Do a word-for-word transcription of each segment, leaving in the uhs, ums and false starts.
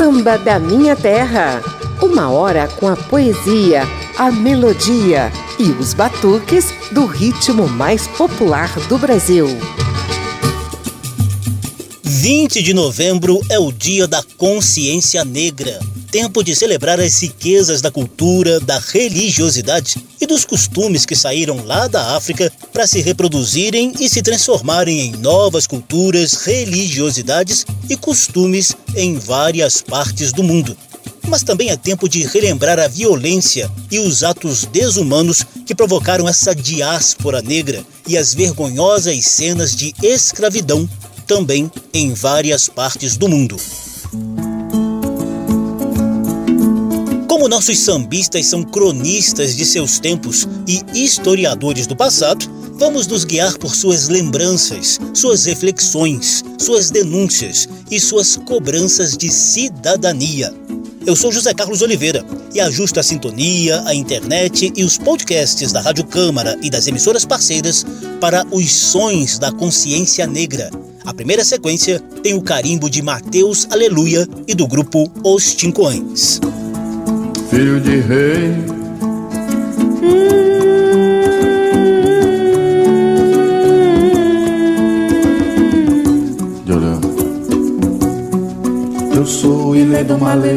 Samba da Minha Terra. Uma hora com a poesia, a melodia e os batuques do ritmo mais popular do Brasil. vinte de novembro é o Dia da Consciência Negra. Tempo de celebrar as riquezas da cultura, da religiosidade e dos costumes que saíram lá da África para se reproduzirem e se transformarem em novas culturas, religiosidades e costumes em várias partes do mundo. Mas também é tempo de relembrar a violência e os atos desumanos que provocaram essa diáspora negra e as vergonhosas cenas de escravidão também em várias partes do mundo. Como nossos sambistas são cronistas de seus tempos e historiadores do passado, vamos nos guiar por suas lembranças, suas reflexões, suas denúncias e suas cobranças de cidadania. Eu sou José Carlos Oliveira e ajusto a sintonia, a internet e os podcasts da Rádio Câmara e das emissoras parceiras para os sons da consciência negra. A primeira sequência tem o carimbo de Mateus Aleluia e do grupo Os Tincoães. Filho de rei, eu sou Ilê do Malê,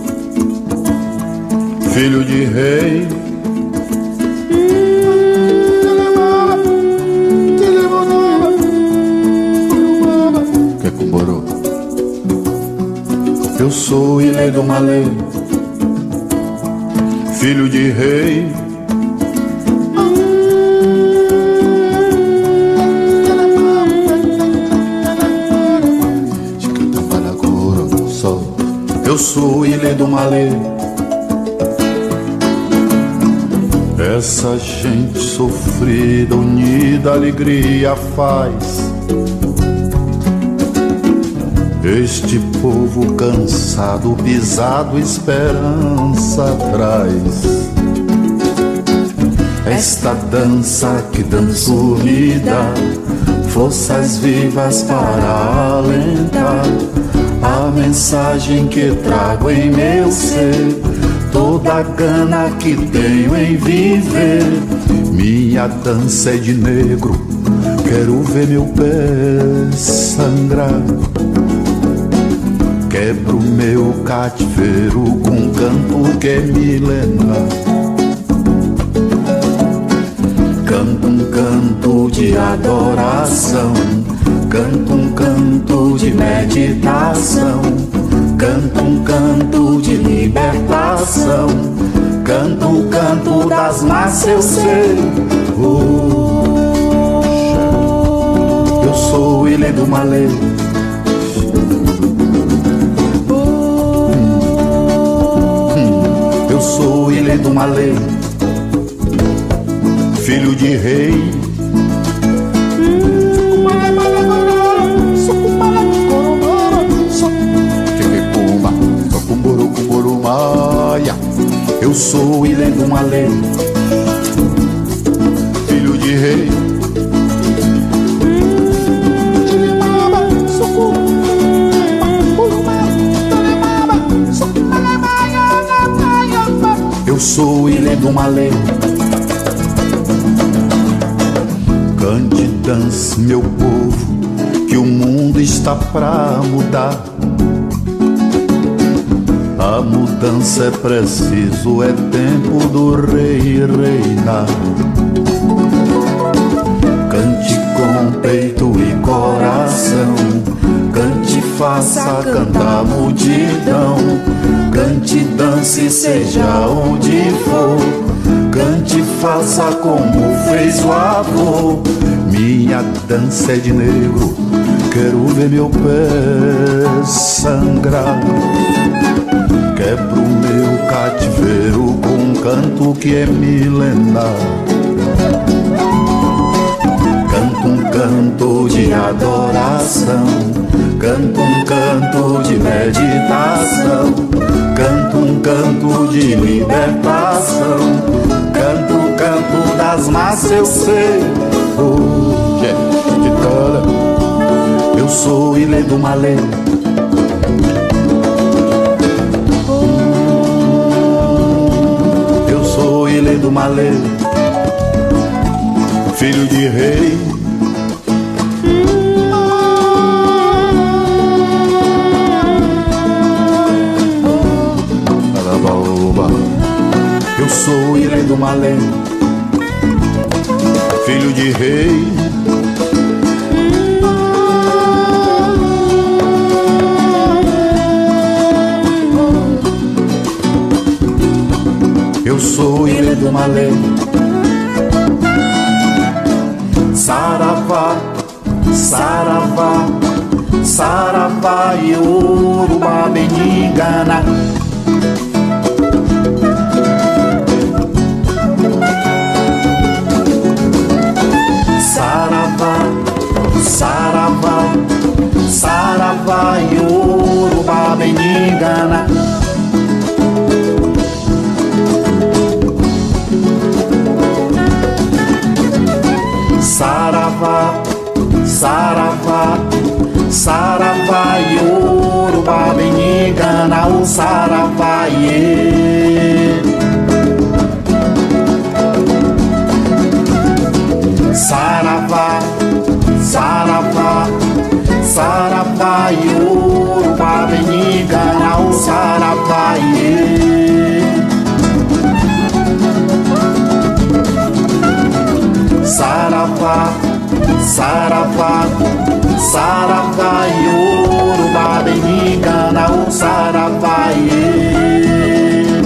filho de rei. Que cumborô? Eu sou Ilê do Malê, filho de rei. Eu sou Ilê do Malê. Essa gente sofrida, unida, alegria faz. Este povo cansado, pisado, esperança traz. Esta dança que dança unida, forças vivas para alentar a mensagem que trago em meu ser, toda a gana que tenho em viver. Minha dança é de negro, quero ver meu pé sangrar. Quebro meu cativeiro com um canto que é milenar. Canto um canto de adoração, canto um canto de meditação, canto um canto de libertação, canto o canto das massas, eu sei. Oh, eu sou Ilê do Malê. Eu sou Ilê do Malê, filho de rei. Eu sou Ilê do Malê, filho de rei. Eu sou Ilê do Malê. Cante e dance, meu povo, que o mundo está pra mudar. A mudança é preciso, é tempo do rei reinar. Cante com peito e coração, cante, faça cantar a multidão. Cante, dance, seja onde for, cante, faça como fez o avô. Minha dança é de negro, quero ver meu pé sangrar. Quebro meu cativeiro com um canto que é milenar. Canto um canto de adoração, canto um canto de meditação, canto um canto de libertação, canto o canto das massas, eu sei. Oh, gente de toda, eu sou Ilê do Malê. malê, filho de rei. Eu sou Irê do Malê, filho de rei. Eu sou Irê do Malê. Saravá, saravá, saravá e urubá benigana. Saravá, saravá, saravá e urubá benigana. Saravá, saravá, saravá e urubá benigana. O saravá e saravá, saravá, saravá e urubá benigana. O saravá e saravá, saravá, saravá e urubá benigana. O saravá e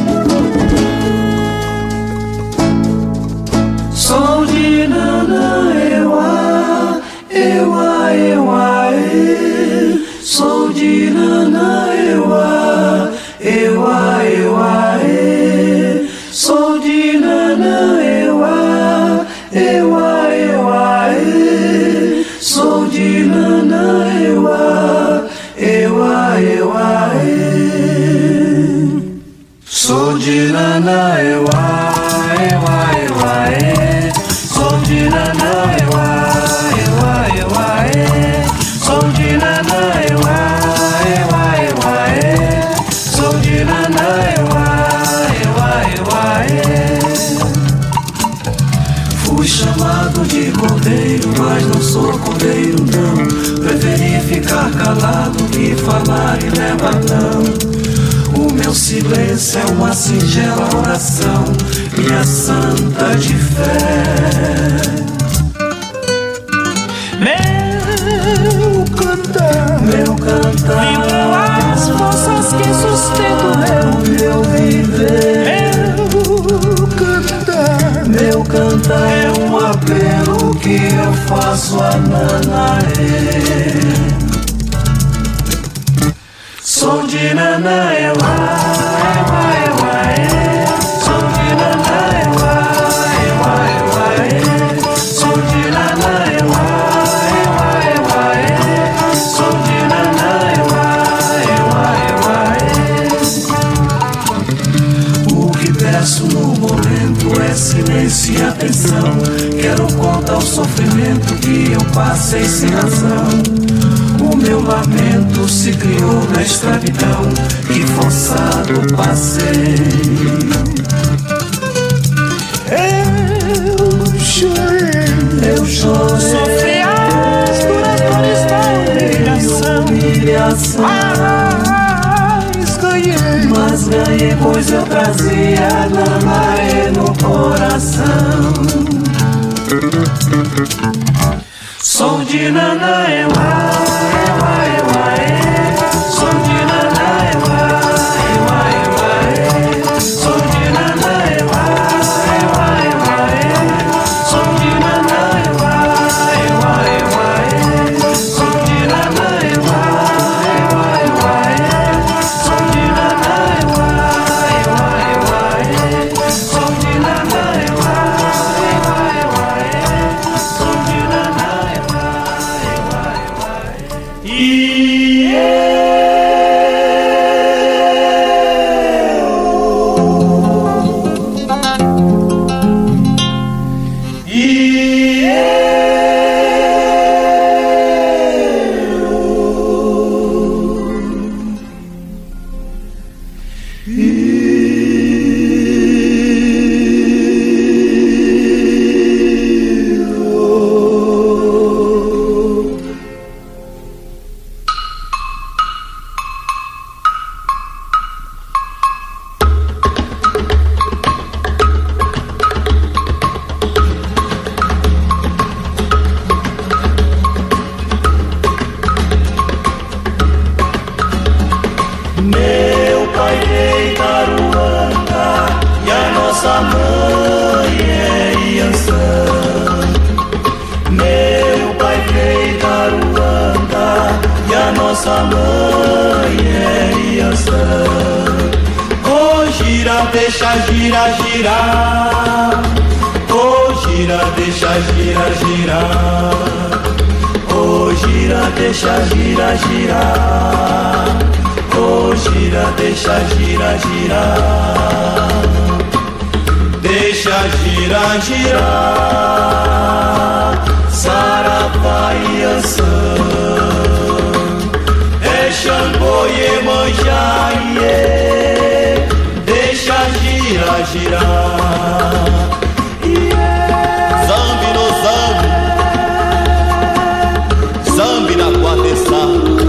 sou de Nana, Ewa, Ewa, Ewa, e. Sou de Nana, Ewa, Ewa, Ewa, e. Sou de Nana, Ewa, Ewa, Ewa, e. Sou de Nana, Ewa, Ewa, Ewa, e. Sou de Nana, Ewa, Ewa, Ewa, e. Sou de Nana, Ewa, Ewa, Ewa, e. Sou de Nana, Ewa, Ewa, Ewa, e. Sou de Nana, Ewa, Ewa, Ewa, e. Fui chamado de cordeiro, mas não sou cordeiro não. Preferi ficar calado que falar e levar não. O meu silêncio é uma singela oração, minha santa de fé. Meu cantar, meu cantar, vibram as forças que sustentam meu, meu viver. Meu cantar, meu cantar é um apelo que eu faço a Nanaê. Sou de Nana, Ewa, Ewa, Ewa, e. Sou de Nana, Ewa, Ewa, Ewa, e. Sou de Nana, Ewa, Ewa, Ewa, e. Sou de Nana, Ewa, Ewa, Ewa, e. O que peço no momento é silêncio e atenção. Quero contar o sofrimento que eu passei sem razão. O meu lamento se criou na escravidão, que forçado passei. Eu chorei, eu chorei, sofri as duras dores da humilhação, humilhação. Mas ganhei, mas ganhei, pois eu trazia Nanaê no coração. Sou de Nana, Ewa, Ewa, Ewa, e. Sou de Nana, Ewa, Ewa, Ewa, e. Sou de Nana, Ewa, Ewa, Ewa, e. Sou de Nana, Ewa, Ewa, Ewa, e. Sou de Nana, Ewa, Ewa, Ewa, e. Sou de Nana, Ewa, Ewa, Ewa, e. Sou de Nana, Ewa, Ewa, Ewa, e. Sou de Nana, Ewa, Ewa, Ewa, e. nossa mãe é Iansã. Oh, gira, deixa, gira, girar. Oh, gira, deixa, gira, girar. Oh, gira, deixa, gira, girar. Oh, gira, deixa, gira, girar. Deixa girar, girar. Saravá e Iansã. É Xangô, Iemanjá, Iê. Deixa girar, girar. Zambi no zambi, zambi na quateçá.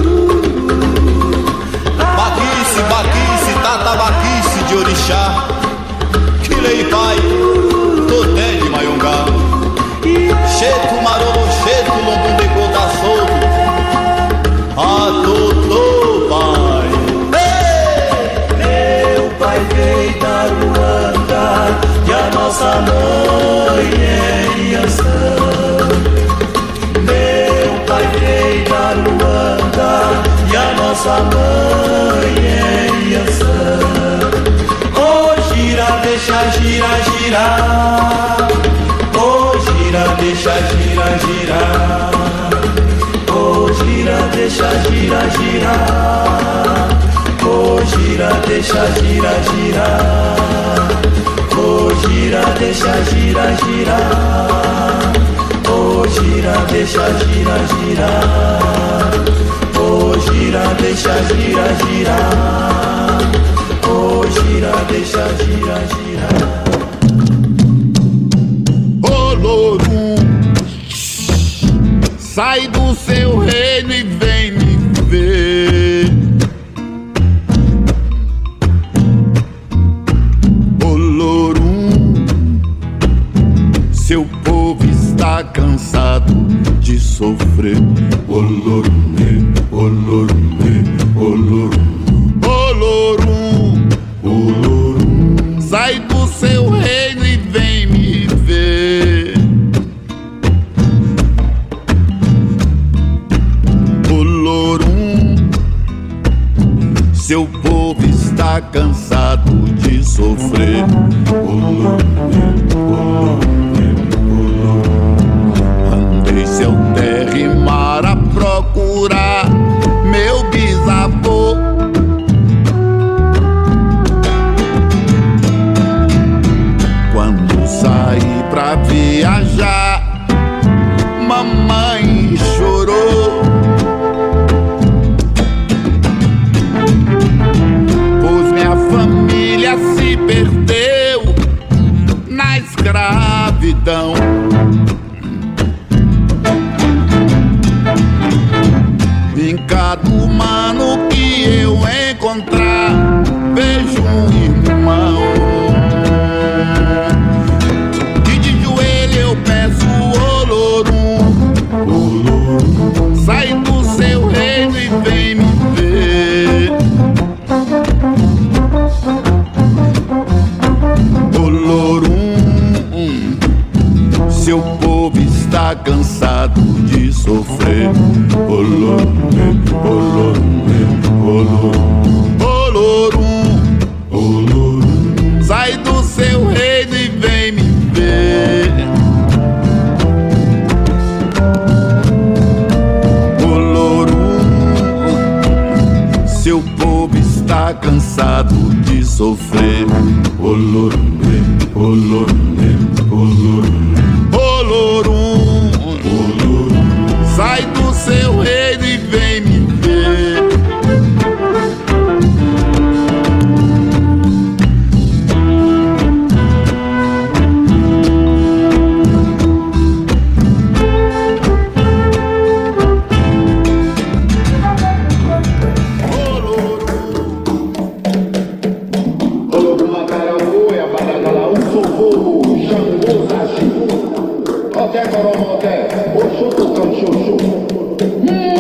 Baquice, baquice, tatabaquice de orixá. Quilei pai, toté de maiongá. Cheto, marolo, cheto, lombundegô da solto. A totô, pai. Hey! Meu pai veio da Ruanda e a nossa mãe é Iansã. Meu pai veio da Ruanda e a nossa mãe é Iansã. Oh, gira, deixa, gira, girar. Oh, gira, deixa, gira, girar. Oh, gira, deixa, gira, girar. Oh, gira, deixa, gira, girar. Oh, gira, deixa, gira, girar. Oh, gira, deixa, gira, girar. Oh, gira, deixa, gira, girar. Oh, gira, deixa, gira, girar. Olorum, sai do seu reino e vem me ver. Olorum, seu povo está cansado de sofrer. Olorum, Olorum, Olorum, Olorum, Olorum, sai do seu reino e vem me ver. Olorum, seu povo está cansado de sofrer. Olorum, Olorum, Olorum, andei seu terra e mar a procurar meu bisavô. Quando saí pra viajar, mamãe chorou, pois minha família se perdeu na escravidão. Em cada humano que eu encontrar, vejo um irmão. E de joelho eu peço Olorum, Olorum, sai do seu reino e vem me ver. Olorum, seu povo está cansado de sofrer. Olorum, Olorum, Olorum, Olorum, Olorum, sai do seu reino e vem me ver. Olorum, seu povo está cansado de sofrer. Olorum, Olorum, Olorum, Olorum, Olorum, sai do seu reino e vem me ver. Até Coromoté, o chuto, cão, chuchu.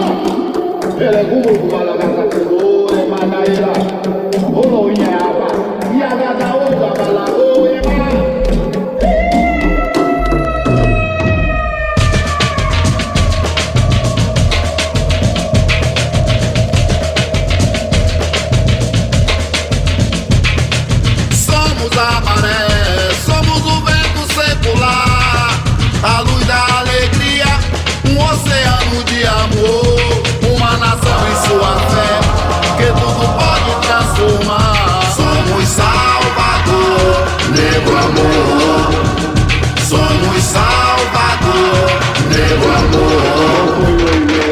nego amor.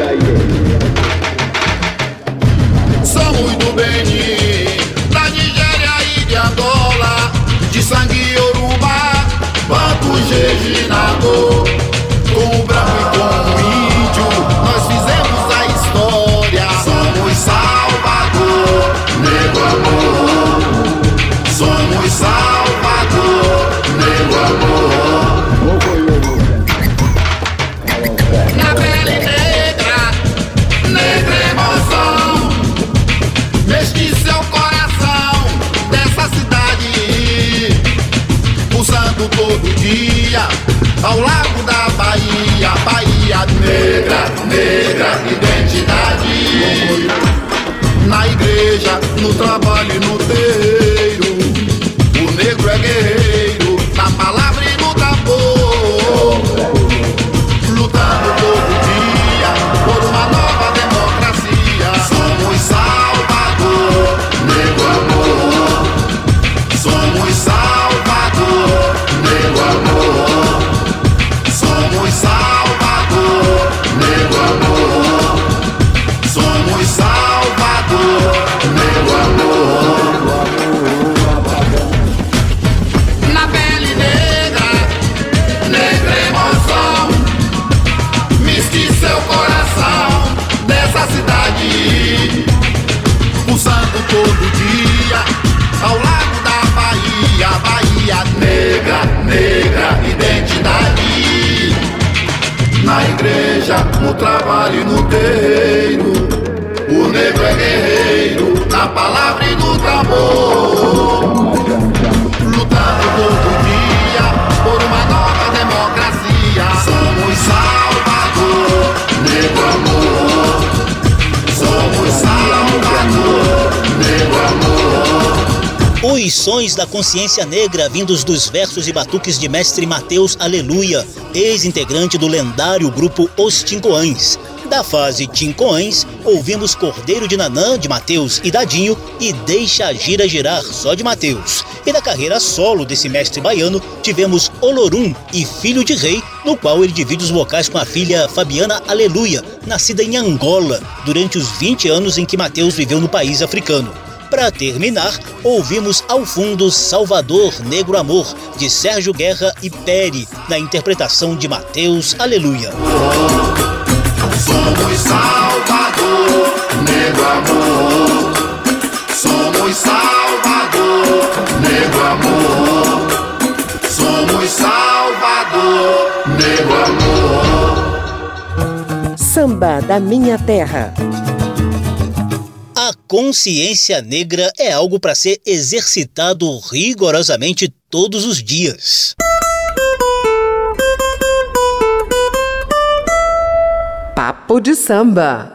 Somos do Benin, da Nigéria e de Angola, de sangue Yorubá, Bantu, Jeje, Nagô. Com o branco e com o índio, nós fizemos a história. Somos Salvador, nego amor. Somos Salvador, nego amor. Na pele negra, negra emoção, mestiça é o coração dessa cidade, pulsando todo dia ao largo da Bahia, Bahia negra, negra identidade. Na igreja, no trabalho e no terreiro, o negro é guerreiro, na palavra e no tambor, lutando todo dia por uma nova democracia. Somos Salvador, nego amor. Somos Salvador, nego amor. Somos Salvador, nego amor. Somos Salvador, nego amor. Na pele negra, negra emoção, mistique seu coração dessa cidade, pulsando todo dia ao largo da Bahia, Bahia negra, negra identidade. Na igreja, no trabalho e no terreiro, o negro é guerreiro, na palavra e no tambor, lutando todo dia por uma nova democracia. Somos Salvador, nego amor. Somos Salvador, nego amor. Os sons da consciência negra vindos dos versos e batuques de mestre Mateus Aleluia, ex-integrante do lendário grupo Os Tincoãs. Da fase Tincoãs, ouvimos Cordeiro de Nanã, de Mateus e Dadinho, e Deixa a Gira Girar, só de Mateus. E da carreira solo desse mestre baiano, tivemos Olorum e Filho de Rei, no qual ele divide os vocais com a filha Fabiana Aleluia, nascida em Angola, durante os vinte anos em que Mateus viveu no país africano. Para terminar, ouvimos ao fundo Salvador, Negro Amor, de Sérgio Guerra e Peri, na interpretação de Mateus Aleluia. Somos Salvador, nego amor. Somos Salvador, nego amor. Somos Salvador, nego amor. Samba da Minha Terra. A consciência negra é algo para ser exercitado rigorosamente todos os dias. Papo de Samba.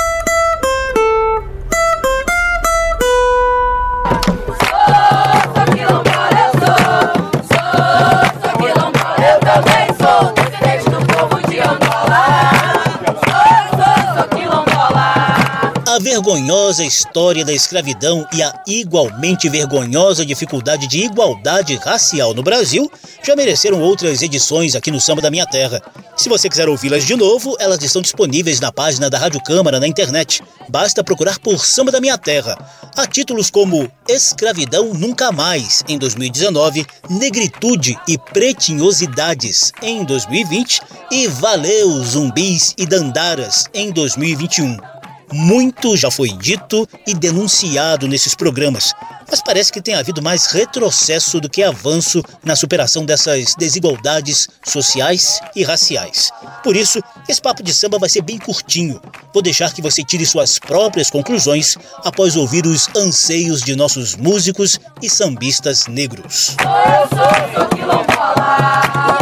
A vergonhosa história da escravidão e a igualmente vergonhosa dificuldade de igualdade racial no Brasil já mereceram outras edições aqui no Samba da Minha Terra. Se você quiser ouvi-las de novo, elas estão disponíveis na página da Rádio Câmara na internet. Basta procurar por Samba da Minha Terra. Há títulos como Escravidão Nunca Mais, em dois mil e dezenove, Negritude e Pretinhosidades, em dois mil e vinte, e Valeu, Zumbis e Dandaras, em dois mil e vinte e um. Muito já foi dito e denunciado nesses programas, mas parece que tem havido mais retrocesso do que avanço na superação dessas desigualdades sociais e raciais. Por isso, esse papo de samba vai ser bem curtinho. Vou deixar que você tire suas próprias conclusões após ouvir os anseios de nossos músicos e sambistas negros. Eu sou, sou quilombola.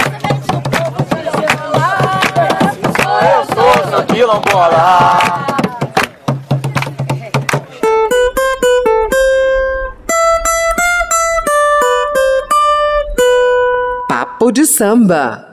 Eu sou, sou quilombola. Papo de Samba.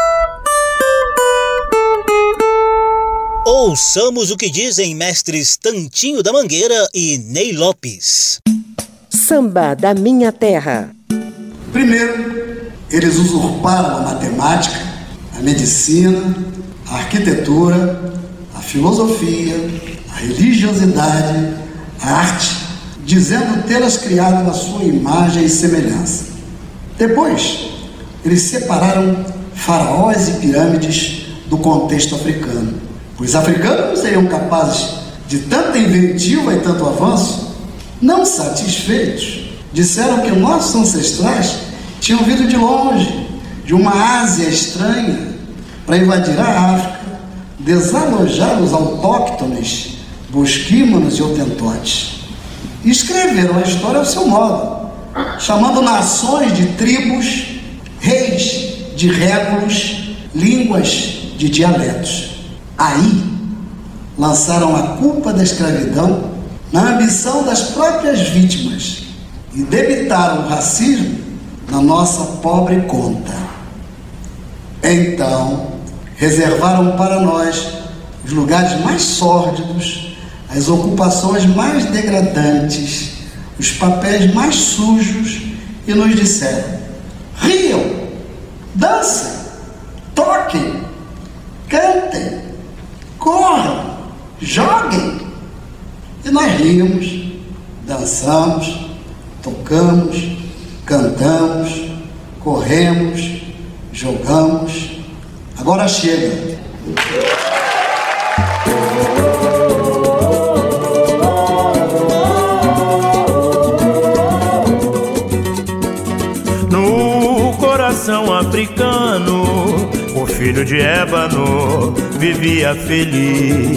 Ouçamos o que dizem mestres Tantinho da Mangueira e Ney Lopes. Samba da Minha Terra. Primeiro, eles usurparam a matemática, a medicina, a arquitetura, a filosofia, a religiosidade, a arte, dizendo tê-las criado à sua imagem e semelhança. Depois, eles separaram faraós e pirâmides do contexto africano. Os africanos não seriam capazes de tanta inventiva e tanto avanço. Não satisfeitos, disseram que nossos ancestrais tinham vindo de longe, de uma Ásia estranha, para invadir a África, desalojar os autóctones, bosquímanos e hotentotes. E escreveram a história ao seu modo, chamando nações de tribos, reis de régulos, línguas de dialetos. Aí, lançaram a culpa da escravidão na ambição das próprias vítimas e debitaram o racismo na nossa pobre conta. Então, reservaram para nós os lugares mais sórdidos, as ocupações mais degradantes, os papéis mais sujos e nos disseram: riam, dancem, toquem, cantem, corram, joguem. E nós rimos, dançamos, tocamos, cantamos, corremos, jogamos. Agora chega. No coração africano, o filho de ébano vivia feliz.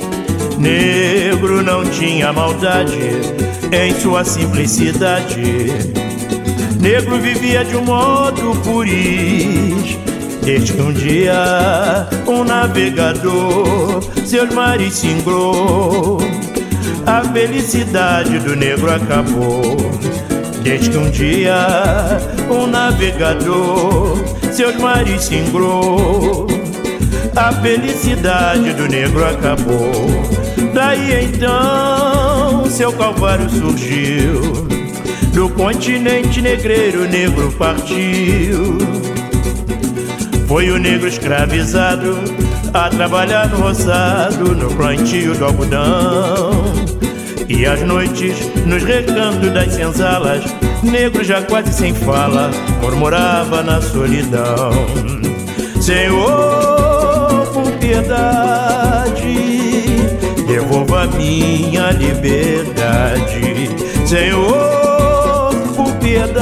Negro não tinha maldade em sua simplicidade. Negro vivia de um modo puris. Desde que um dia um navegador seus mares singrou, a felicidade do negro acabou. Desde que um dia um navegador seus mares singrou, a felicidade do negro acabou. Daí então seu calvário surgiu, do continente negreiro o negro partiu. Foi o negro escravizado a trabalhar no roçado, no plantio do algodão. E às noites, nos recantos das senzalas, negro já quase sem fala, murmurava na solidão: Senhor, por piedade, devolva minha liberdade. Senhor, por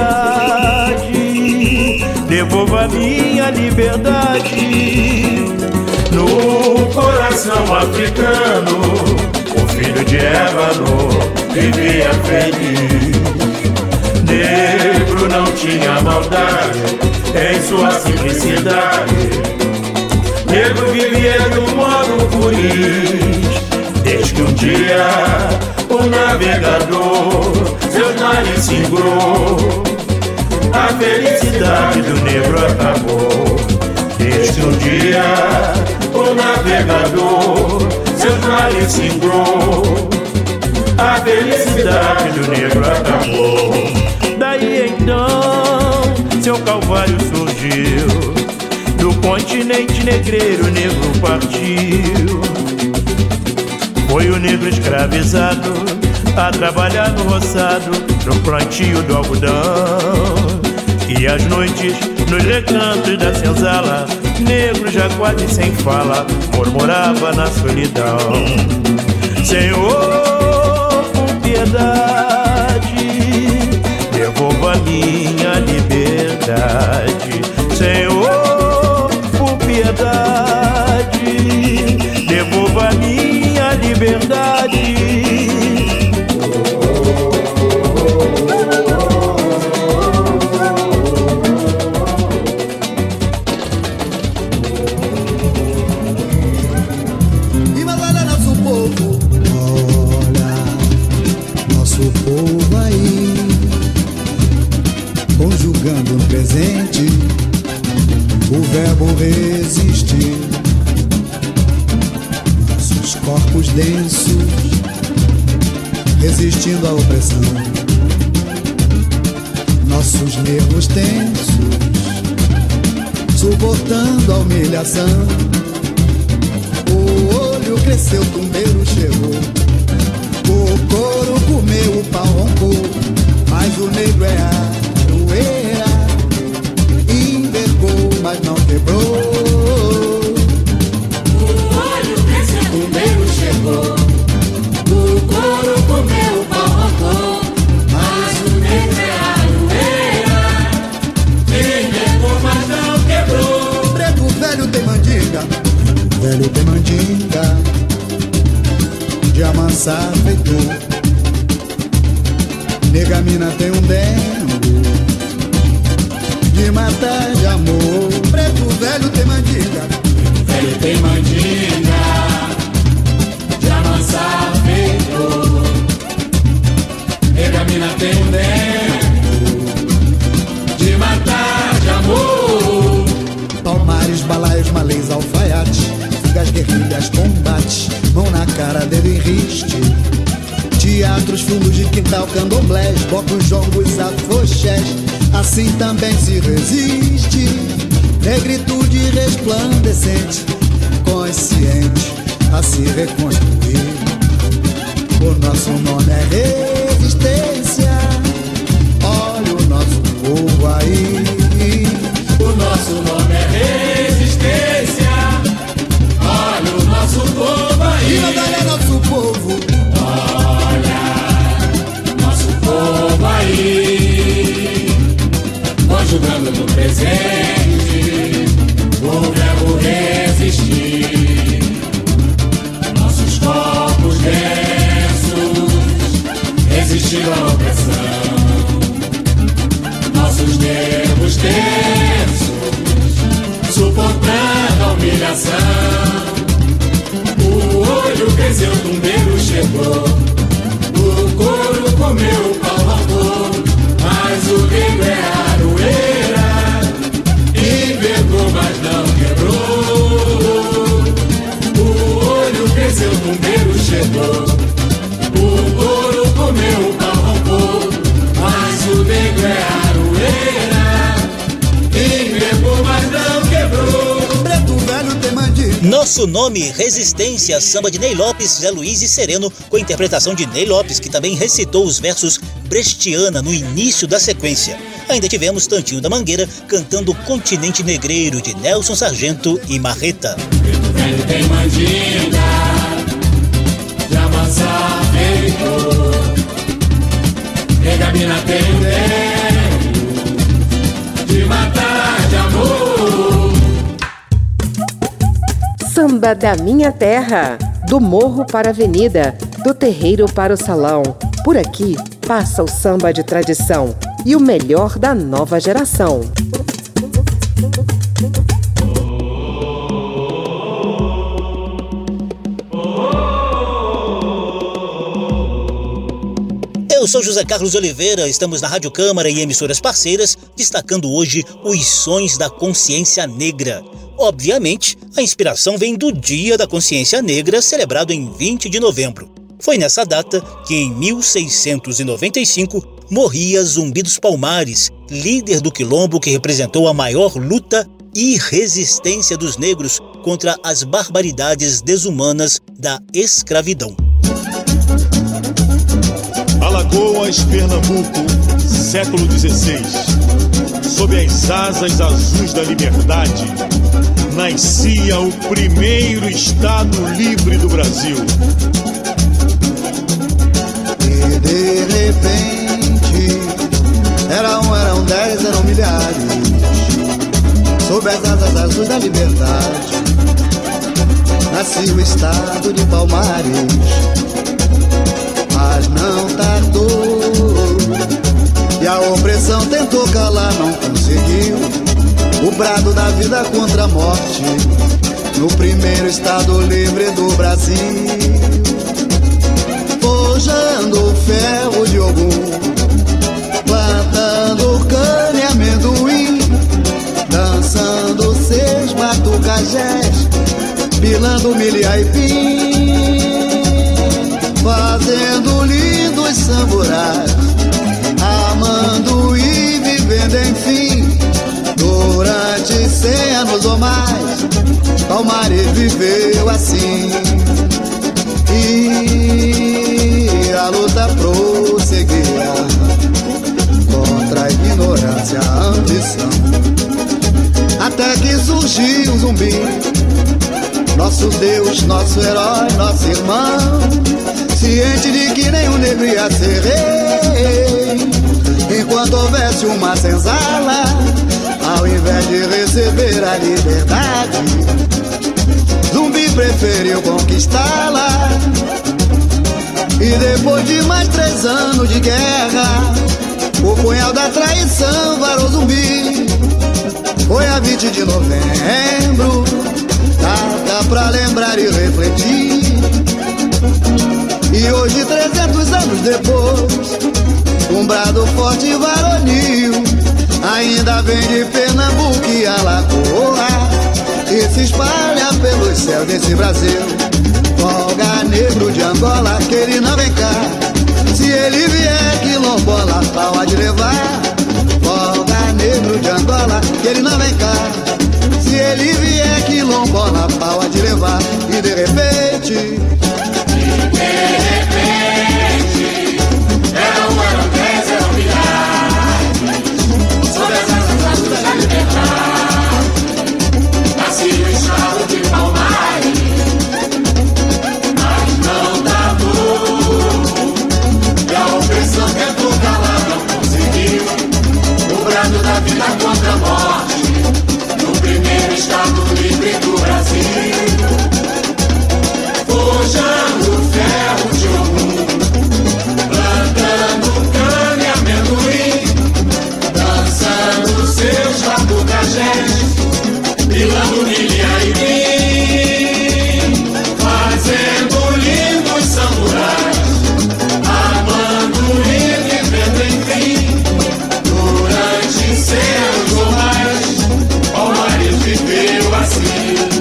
piedade, devolva minha liberdade. No coração africano, o filho de ébano vivia feliz. Negro não tinha maldade em sua simplicidade. Negro vivia de um modo puris. Desde que um dia o navegador seus mares singrou, a felicidade do negro acabou. Desde que um dia o navegador seus mares singrou, a felicidade do negro acabou. Daí então seu calvário surgiu, do continente negreiro o negro partiu. Foi o negro escravizado a trabalhar no roçado, no plantio do algodão. E às noites, nos recantos da senzala, negro já quase sem fala, murmurava na solidão: Senhor, por piedade, devolva minha liberdade. Senhor, por piedade, devolva minha liberdade. O verbo resistir, nossos corpos densos resistindo à opressão, nossos nervos tensos suportando a humilhação. O olho cresceu, o tumbeiro chegou, o couro comeu, o pau roncou, mas o negro é aroeira, envergou, mas não quebrou. O olho cresceu, o tumbeiro chegou, o couro comeu, o pau roncou, mas o negro é aroeira, envergou, mas não quebrou. Preto velho tem mandinga, velho tem mandinga, de amansar feitor. Nega mina tem um dengo, de matar de amor. Preto velho tem mandinga, velho tem mandinga, de amansar feitor. Nega mina tem um dengo, de matar de amor. Palmares, balaios, malês, alfaiate, fugas, guerrilhas, combate, mão na cara, dedo em riste. Teatros, fundos de quintal, candomblés, blocos, jongos, afoxés, assim também se resiste. Negritude resplandecente, consciente a se reconstruir. O nosso nome é resistência, olha o nosso povo aí. O nosso nome é resistência, olha o nosso povo aí. E Nodalé é nosso povo, povo aí, conjugando no presente o verbo resistir. Nossos corpos densos resistindo à opressão, nossos nervos tensos suportando a humilhação. O olho cresceu, o tumbeiro chegou, o couro comeu, o pau roncou, mas o negro é aroeira, envergou, mas não quebrou. O olho cresceu, o tumbeiro chegou, o couro comeu, o pau roncou, mas o negro é aroeira, envergou, mas não quebrou. preto velho tem mandinga. Nosso nome, Resistência, samba de Ney Lopes, Zé Luiz e Sereno, com interpretação de Ney Lopes, que também recitou os versos Brechtiana no início da sequência. Ainda tivemos Tantinho da Mangueira cantando Continente Negreiro, de Nelson Sargento e Marreta. Preto velho tem mandinga, de amansar feitor. Nega mina tem um dengo, de matar de amor. Samba da minha terra, do morro para a avenida, do terreiro para o salão. Por aqui passa o samba de tradição e o melhor da nova geração. Eu sou José Carlos Oliveira, estamos na Rádio Câmara e emissoras parceiras, destacando hoje os sons da consciência negra. Obviamente, a inspiração vem do Dia da Consciência Negra, celebrado em vinte de novembro. Foi nessa data que, em mil seiscentos e noventa e cinco, morria Zumbi dos Palmares, líder do quilombo que representou a maior luta e resistência dos negros contra as barbaridades desumanas da escravidão. Alagoas, Pernambuco, século dezesseis. Sob as asas azuis da liberdade, nascia o primeiro estado livre do Brasil. E de repente, eram, eram dez, eram milhares, sob as asas azuis da liberdade, nascia o estado de Palmares. Mas não tardou, e a opressão tentou calar, não conseguiu. O brado da vida contra a morte, no primeiro estado livre do Brasil. Forjando o ferro de Ogum, plantando cana e amendoim, dançando seis batucajés, pilando milho e aipim, fazendo lindos samburás, amando e vivendo enfim, durante cem anos ou mais, Palmares viveu assim. E a luta prosseguia contra a ignorância, a ambição, até que surgiu um zumbi, nosso Deus, nosso herói, nosso irmão, ciente de que nenhum negro ia ser rei, enquanto houvesse uma senzala, ao invés de receber a liberdade, Zumbi preferiu conquistá-la. E depois de mais três anos de guerra, o punhal da traição varou Zumbi. Foi a vinte de novembro, data pra lembrar e refletir. E hoje, trezentos anos depois, um brado forte e varonil ainda vem de Pernambuco e Alagoas e se espalha pelos céus desse Brasil. Folga negro de Angola, que ele não vem cá. Se ele vier quilombola, pode levar. Folga negro de Angola, que ele não vem cá. Se ele vier quilombola, pode levar. E de repente, e de repente, era um eram dez, eram milhares, sob as asas da luz da liberdade. Nasci o estado de Palmares, mas não dá duro. E a opressão tentou calar, não conseguiu. O brado da vida contra a morte, no primeiro estado livre do Brasil. Forjando ferro de algum, plantando cana e amendoim, dançando seus batucajés, pilando milha e mim, fazendo lindos samurais, amando e vivendo enfim, durante seus ou mais, Palmares viveu assim.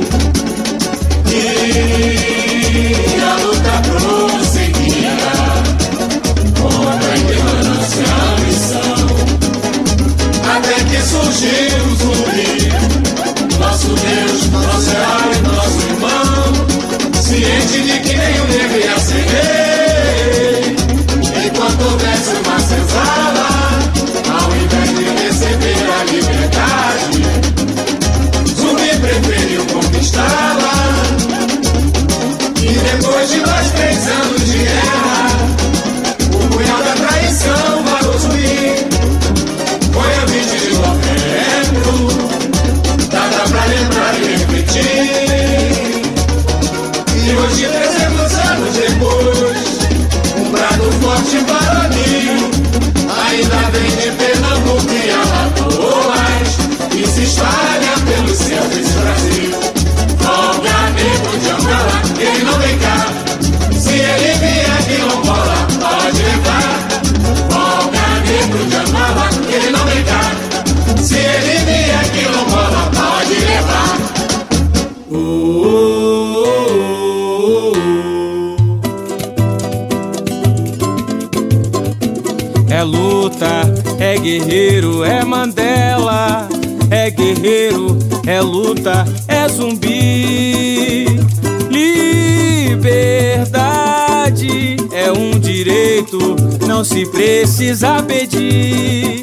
E a luta prosseguia contra a ignorância e a ambição, até que surgiu o Zumbi, nosso Deus, nosso herói, nosso irmão, ciente de que nenhum negro ia ser rei, enquanto houvesse uma senzala, ao invés de receber a liberdade, Zumbi preferiu conquistá-la. E depois de mais três anos de guerra, o punhal da traição varou Zumbi. Foi a vinte de novembro, data pra lembrar e refletir. E hoje, trezentos anos depois, um brado forte e varonil ainda vem de Pernambuco e Alagoas e se espalha pelo céu desse Brasil. Folga negro de Angola, ele não vem cá. Se ele vier quilombola, pode levar. Folga negro de Angola, ele não vem cá. Se ele vier quilombola, pode levar. Oh, oh, oh, oh. É luta, é guerreiro, é Mandela. É guerreiro, é luta, é Zumbi. Liberdade é um direito, não se precisa pedir.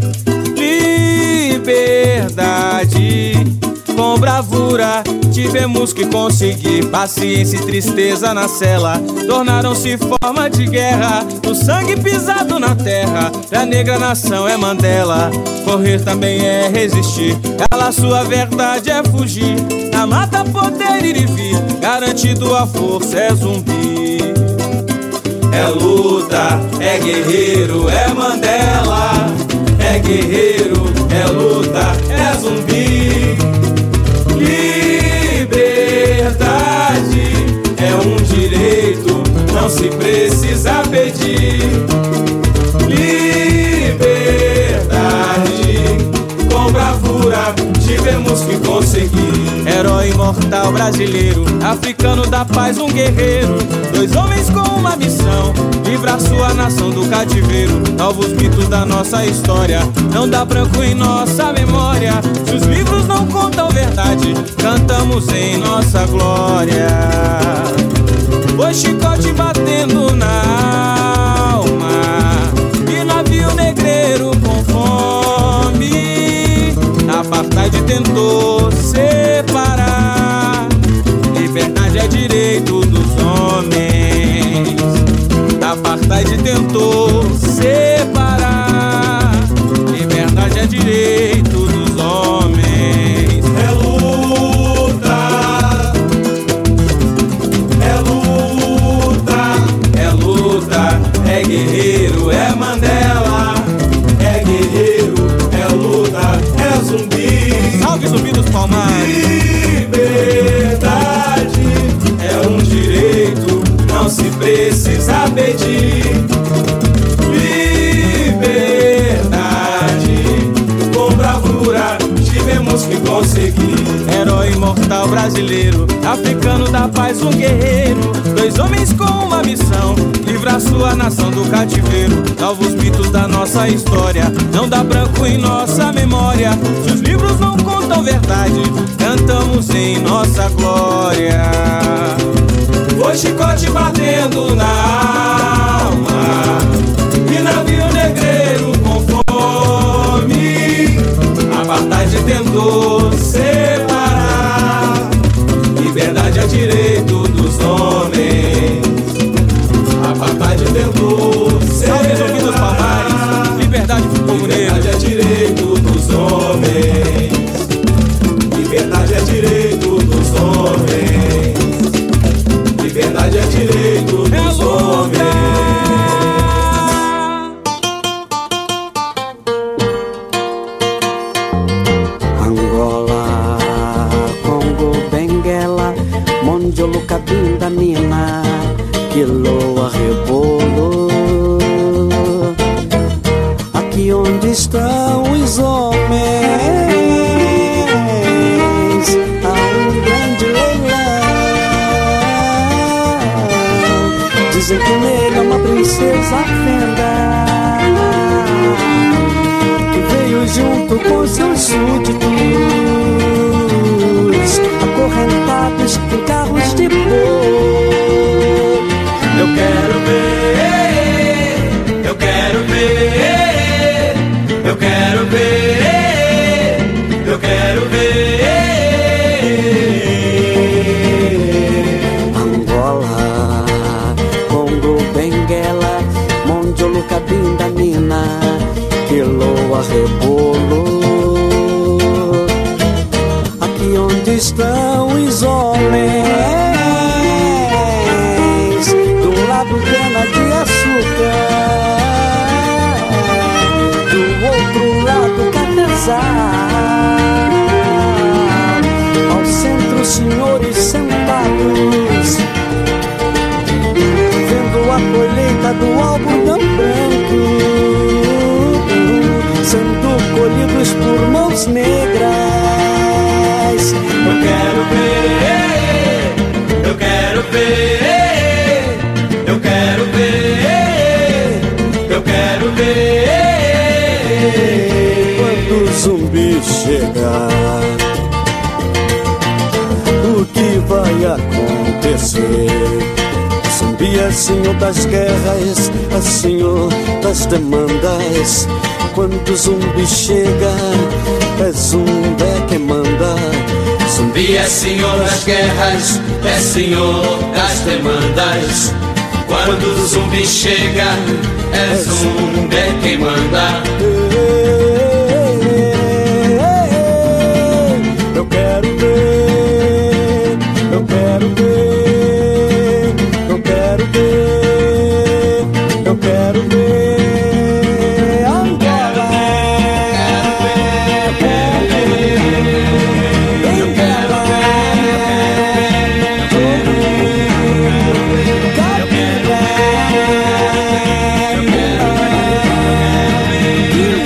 Liberdade, com bravura tivemos que conseguir. Paciência e tristeza na cela tornaram-se forma de guerra. O sangue pisado na terra, pra negra nação é Mandela. Correr também é resistir, calar sua verdade é fugir. Na mata poder ir e vir, garantido a força é Zumbi. É luta, é guerreiro, é Mandela. É guerreiro, é luta, é Zumbi. Liberdade é um direito, não se precisa pedir. Liberdade, com bravura tivemos que conseguir. É Herói imortal brasileiro, africano da paz, um guerreiro. Dois homens com uma missão, livrar sua nação do cativeiro. Novos mitos da nossa história, não dá branco em nossa memória. Se os livros não contam verdade, cantamos em nossa glória. Foi chicote batendo na alma e navio negreiro com fome. Apartheid tentou separar, liberdade é direito dos homens. Apartheid tentou separar, liberdade é direito dos homens. É luta, é luta, é luta, é guerreiro, é Mandela, é guerreiro, é luta, é zumbi. Salve Zumbi dos Palmares. liberdade É um direito, não se precisa pedir. Liberdade, com bravura tivemos que conseguir. Herói imortal brasileiro, africano da paz, um guerreiro. Dois homens com uma missão, livrar sua nação do cativeiro. Novos mitos da nossa história, não dá branco em nossa memória. Se os livros não contam verdade, cantamos em nossa glória. Foi chicote batendo na alma e navio negreiro com fome. Apartheid tentou separar, liberdade é direito dos homens. Apartheid tentou separar, liberdade pro povo negro. Liberdade é direito dos homens. Liberdade é direito dos homens. Liberdade é direito dos homens. Angola, Congo, Benguela, Mondiolo, Cabinda, Mina, Quiloa, Rebolo. Aqui onde estão os homens, há um grande leilão. Dizem que nele é uma princesa fenda que veio junto com seus súditos, acorrentados em carros de boi. Eu quero ver, eu quero ver, eu quero ver, eu quero ver. Angola, Congo, Benguela, Mondiolo, Cabinda, Mina, Quiloa, Rebolo. Aqui onde estão os homens, do lado cana de açúcar, do outro lado cafezal. Ao centro os senhores sentados, vendo a colheita do algodão branco sendo colhidos por mãos negras. Eu quero ver, eu quero ver, eu quero ver, eu quero ver. Quando o zumbi chegar, o que vai acontecer? Zumbi é senhor das guerras, é senhor das demandas. Quando o zumbi chega, é zumbi quem manda. Zumbi é senhor das guerras, é senhor das demandas. Quando o zumbi chega, é zumbi quem manda. Eu quero ver, eu quero ver, eu quero ver, eu quero ver. liberdade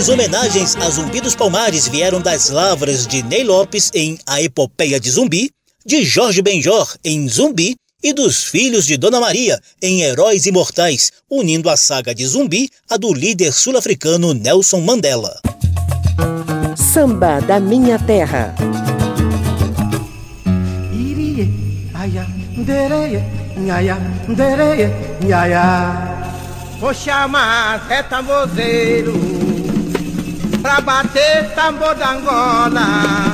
As homenagens a Zumbi dos Palmares vieram das lavras de Ney Lopes em A Epopeia de Zumbi, de Jorge Benjor em Zumbi e dos Filhos de Dona Maria em Heróis Imortais, unindo a saga de Zumbi à do líder sul-africano Nelson Mandela. Samba da Minha Terra. Vou chamar Zé Tambozeiro pra bater tambor da Angola.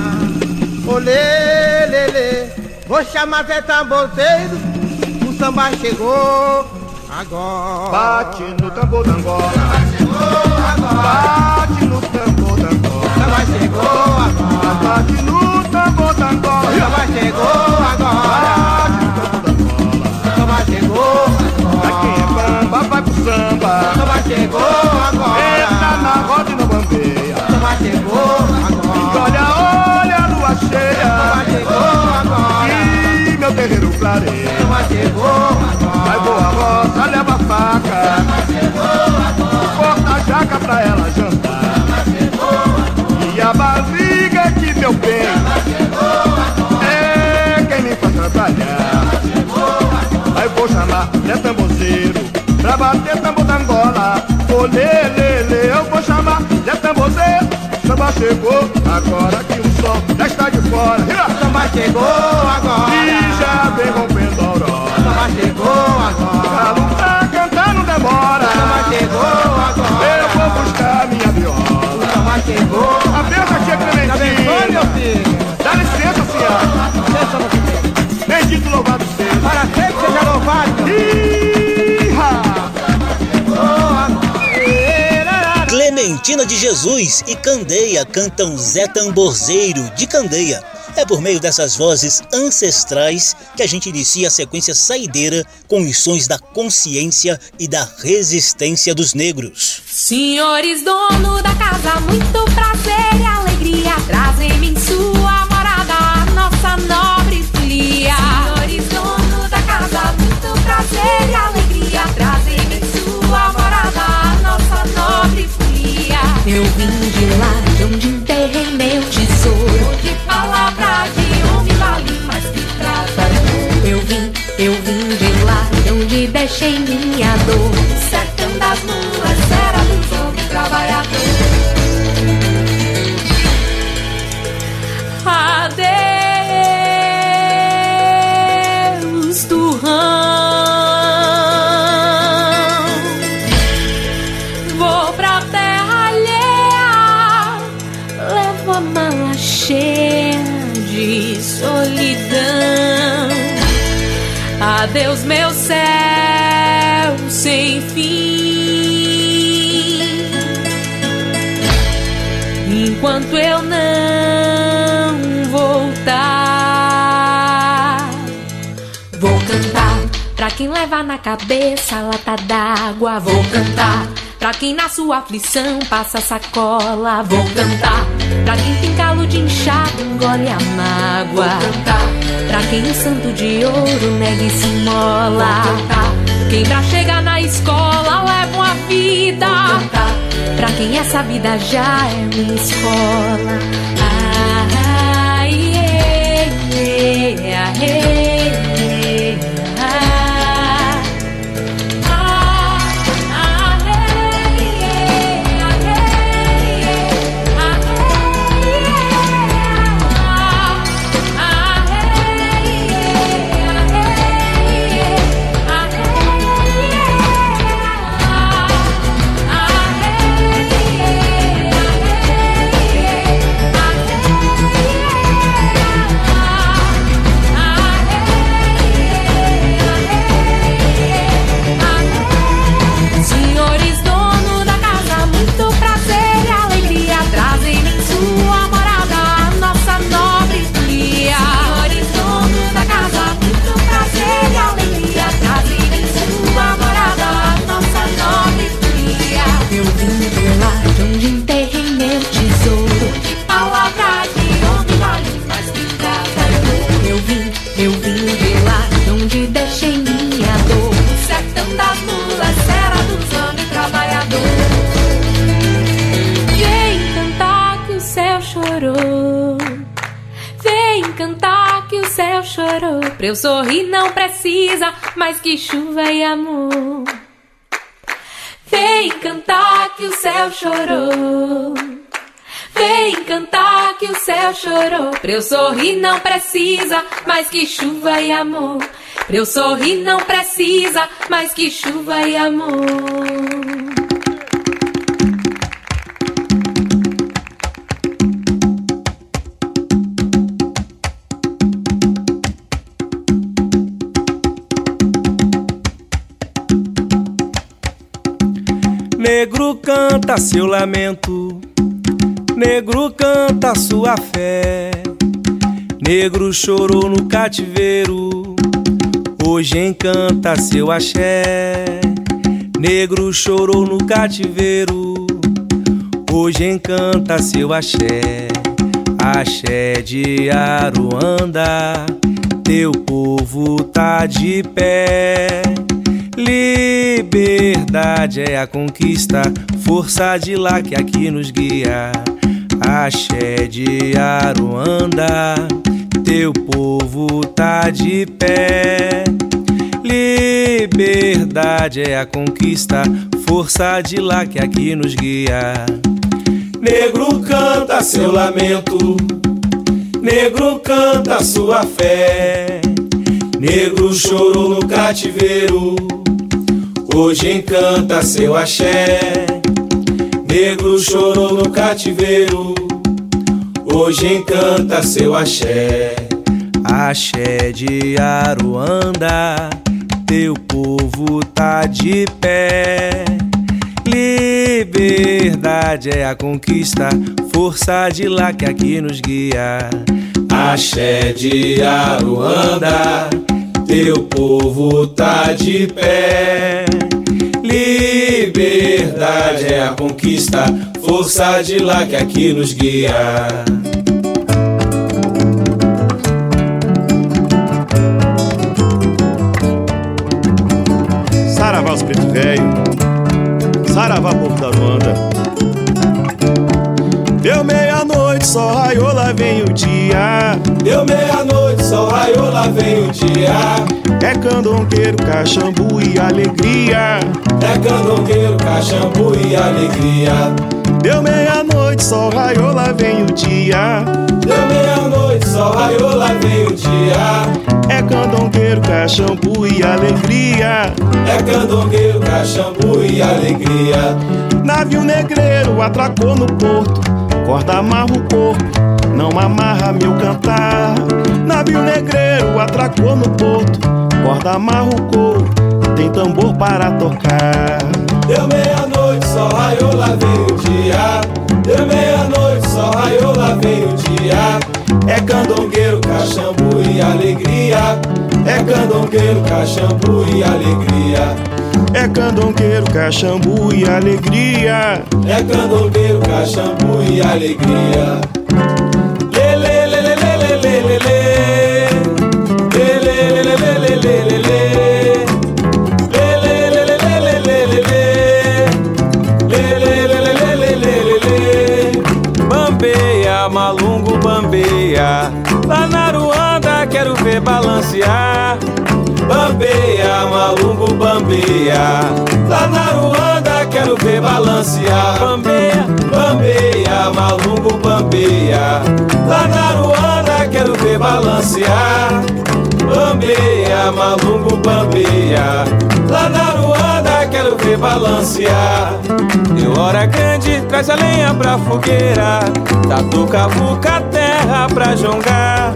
Olê, lê, lê. Vou chamar Zé Tambozeiro, o samba chegou agora. Bate no tambor da Angola. Chegou agora. Bate no tambor da Angola. Samba chegou agora. Bate no tambor da Angola. Samba chegou agora. Samba chegou agora. Pra quem é bamba vai pro samba. Samba chegou agora. Entra na roda e não bambeia. Samba chegou agora. E olha, olha a lua cheia. Samba chegou agora. E meu terreiro clareia. Samba chegou agora. Vai boa roça, leva a faca. Samba chegou agora. Corta a jaca pra ela jantar. Samba chegou agora. E a barriga que meu bem. Samba chegou agora. É quem me faz trabalhar. Samba chegou agora. Aí vou chamar Zé Tambozeiro pra bater tambor da Angola. Olê, lê, lê, eu vou chamar Zé Tambozeiro. Samba chegou agora que o sol já está de fora. Samba chegou agora. E já vem rompendo a aurora. Samba chegou agora. Pra lutar, cantar não demora. Samba chegou agora. Eu vou buscar minha viola. Samba chegou. A benção, tia Clementina. Meu filho. Dá licença, senhora. Licença, meu filho. Bendito, louvado seja. Para sempre seja louvado. Clementina de Jesus e Candeia cantam Zé Tamborzeiro de Candeia. É por meio dessas vozes ancestrais que a gente inicia a sequência saideira com os sons da consciência e da resistência dos negros. Senhores dono da casa, muito prazer e alegria, trazem-me em sua morada a nossa nobre folia. Senhores dono da casa, muito prazer e alegria, trazem-me em sua morada a nossa nobre folia. Eu vim de lá, de onde enterrei meu tesouro, onde palavra de homem vale mais que prata. Eu vim, eu vim de lá, de onde deixei minha dor, sertão das mulas, era dos homens trabalhadores. Adeus, turrão. Vou pra terra alheia, levo a mala cheia de solidão. Adeus, meu céu sem fim. Enquanto eu não voltar, vou cantar pra quem leva na cabeça a lata d'água. Vou cantar pra quem na sua aflição passa sacola. Vou cantar pra quem tem calo de inchado, engole a mágoa. Vou cantar pra quem um santo de ouro nega e se mola. Vou cantar quem pra chegar na escola leva uma vida. Vou cantar pra quem essa vida já é minha escola. Ah, yeah, yeah, yeah, ah. chorou. Pra eu sorrir não precisa mais que chuva e amor. Vem cantar que o céu chorou. Vem cantar que o céu chorou. Pra eu sorrir não precisa mais que chuva e amor. Pra eu sorrir não precisa mais que chuva e amor. Negro canta seu lamento, negro canta sua fé. Negro chorou no cativeiro, hoje encanta seu axé. Negro chorou no cativeiro, hoje encanta seu axé. Axé de Aruanda, teu povo tá de pé. Liberdade é a conquista, força de lá que aqui nos guia. Axé de Aruanda, teu povo tá de pé. Liberdade é a conquista, força de lá que aqui nos guia. Negro canta seu lamento, negro canta sua fé. Negro chorou no cativeiro, hoje encanta seu axé. Negro chorou no cativeiro, hoje encanta seu axé. Axé de Aruanda, teu povo tá de pé. Liberdade é a conquista, força de lá que aqui nos guia. Axé de Aruanda, teu povo tá de pé. Liberdade é a conquista, força de lá que aqui nos guia. Saravá os preto velho, saravá povo da Ruanda. Deu meia-noite, sol raiou, lá vem o dia. Deu meia-noite, sol raiou, lá vem o dia. É candongueiro, cachambu e alegria. É candongueiro, cachambu e alegria. Deu meia-noite, sol raiou, lá vem o dia. Deu meia-noite, sol raiou, lá vem o dia. É candongueiro, cachambu e alegria. É candongueiro, cachambu e alegria. Navio negreiro atracou no porto, corda amarra o corpo, não amarra meu cantar. Navio negreiro atracou no porto, corda amarra o corpo, tem tambor para tocar. Deu meia-noite, sol raiou, lá vem o dia. Deu meia-noite, sol raiou, lá vem o dia. É candongueiro, cachambu e alegria. É candongueiro, cachambu e alegria. É candongueiro, cachambu e alegria. É candongueiro, cachambu e alegria. Lê, lê, lê, lê, lê, lê, lê, lê, lê. Lê, lê, lê, lê, lê, lê, lê, lê, lê. Lê, lê, lê, lê, lê, lê, lê, lê, lê. Lê, lê, lê, lê, lê, lê, lê, lê. Bambeia, malungo, bambeia. Lá na Ruanda quero ver balancear. Bambeia, malungo, bambeia. Lá na Ruanda quero ver balancear. Bambeia, bambeia, malungo, bambeia. Lá na Ruanda quero ver balancear. Bambeia, malungo, bambeia. Lá na Ruanda quero ver balancear. Deu hora grande, traz a lenha pra fogueira. Tatuca, buca, terra pra jongar.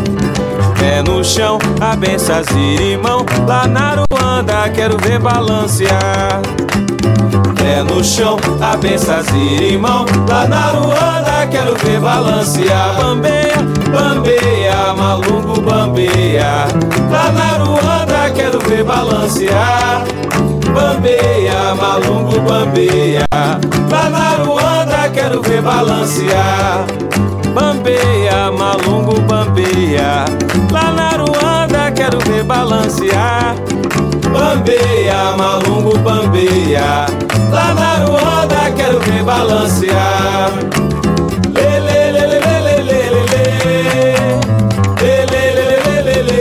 Pé no chão, a benção zirimão. Lá na Ruanda quero ver balancear. Pé no chão, a benção zirimão. Lá na Ruanda quero ver balancear. Bambeia, bambeia, malungo, bambeia. Lá na Ruanda quero ver balancear. Bambeia, malungo, bambeia. Lá na Ruanda quero ver balancear. Bambeia, malungo, bambeia. Lá na Ruanda quero ver balancear. Bambeia, malungo, bambeia. Lá na Ruanda quero ver balancear. Lê, lê, lê, lê, lê, lê, lê, lê. Lê, lê, lê, lê, lê, lê.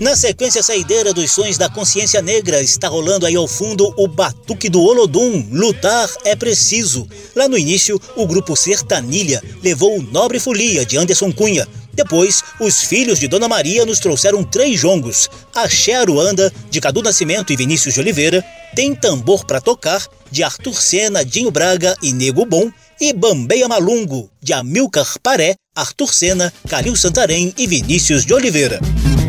Na sequência saideira dos sons da consciência negra, está rolando aí ao fundo o Batuque do Olodum, Lutar é Preciso. Lá no início, o grupo Sertanilha levou o Nobre Folia, de Anderson Cunha. Depois, os Filhos de Dona Maria nos trouxeram três jongos, Axé Aruanda, de Cadu Nascimento e Vinícius de Oliveira, Tem Tambor Pra Tocar, de Arthur Sena, Dinho Braga e Nego Bom, e Bambeia Malungo, de Amilcar Paré, Arthur Sena, Calil Santarém e Vinícius de Oliveira.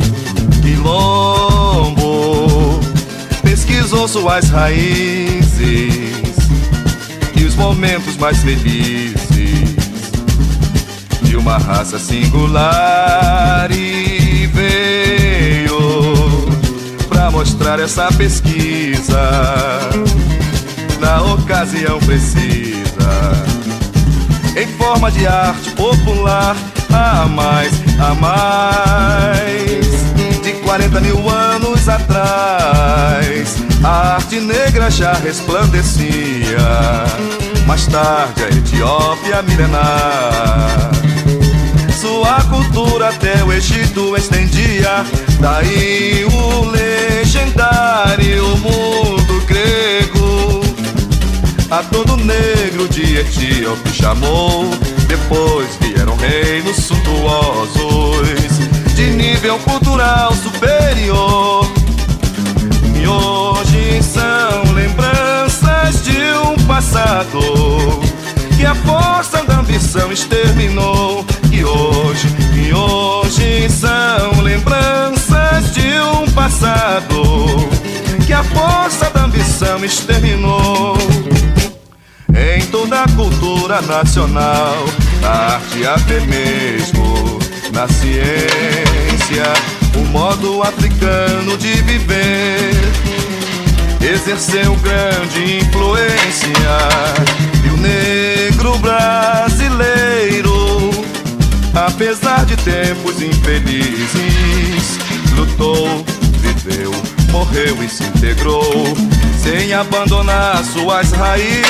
Quilombo pesquisou suas raízes e os momentos mais felizes de uma raça singular, e veio pra mostrar essa pesquisa na ocasião precisa, em forma de arte popular, a mais, a mais de quarenta mil anos atrás, a arte negra já resplandecia. Mais tarde a Etiópia milenar sua cultura até o Egito estendia. Daí o legendário mundo grego a todo negro de Etíope chamou. Depois vieram reinos suntuosos de nível cultural superior, e hoje são lembranças de um passado que a força da ambição exterminou. E hoje, e hoje são lembranças de um passado que a força da ambição exterminou. Em toda a cultura nacional, na arte até mesmo na ciência, o modo africano de viver exerceu grande influência. E o negro brasileiro, apesar de tempos infelizes, lutou, viveu, morreu e se integrou, sem abandonar suas raízes.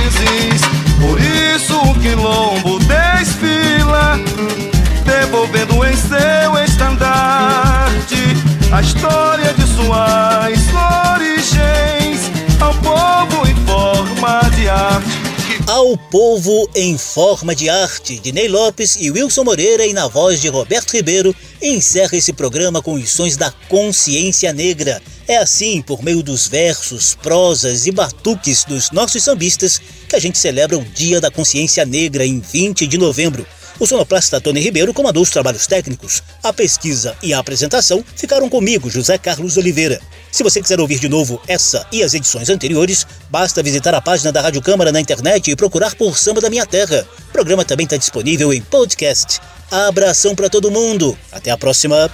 Por isso o quilombo desfila, devolvendo em seu estandarte a história de suas origens ao povo em forma de arte. Ao Povo em Forma de Arte, de Ney Lopes e Wilson Moreira, e na voz de Roberto Ribeiro, encerra esse programa com os sons da consciência negra. É assim, por meio dos versos, prosas e batuques dos nossos sambistas, que a gente celebra o Dia da Consciência Negra em vinte de novembro. O sonoplasta Tony Ribeiro comandou os trabalhos técnicos. A pesquisa e a apresentação ficaram comigo, José Carlos Oliveira. Se você quiser ouvir de novo essa e as edições anteriores, basta visitar a página da Rádio Câmara na internet e procurar por Samba da Minha Terra. O programa também está disponível em podcast. Abração para todo mundo. Até a próxima.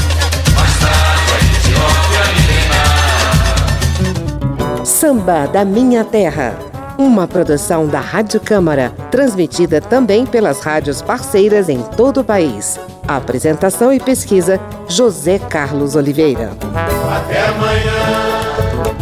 Samba da Minha Terra. Uma produção da Rádio Câmara, transmitida também pelas rádios parceiras em todo o país. Apresentação e pesquisa, José Carlos Oliveira. Até amanhã.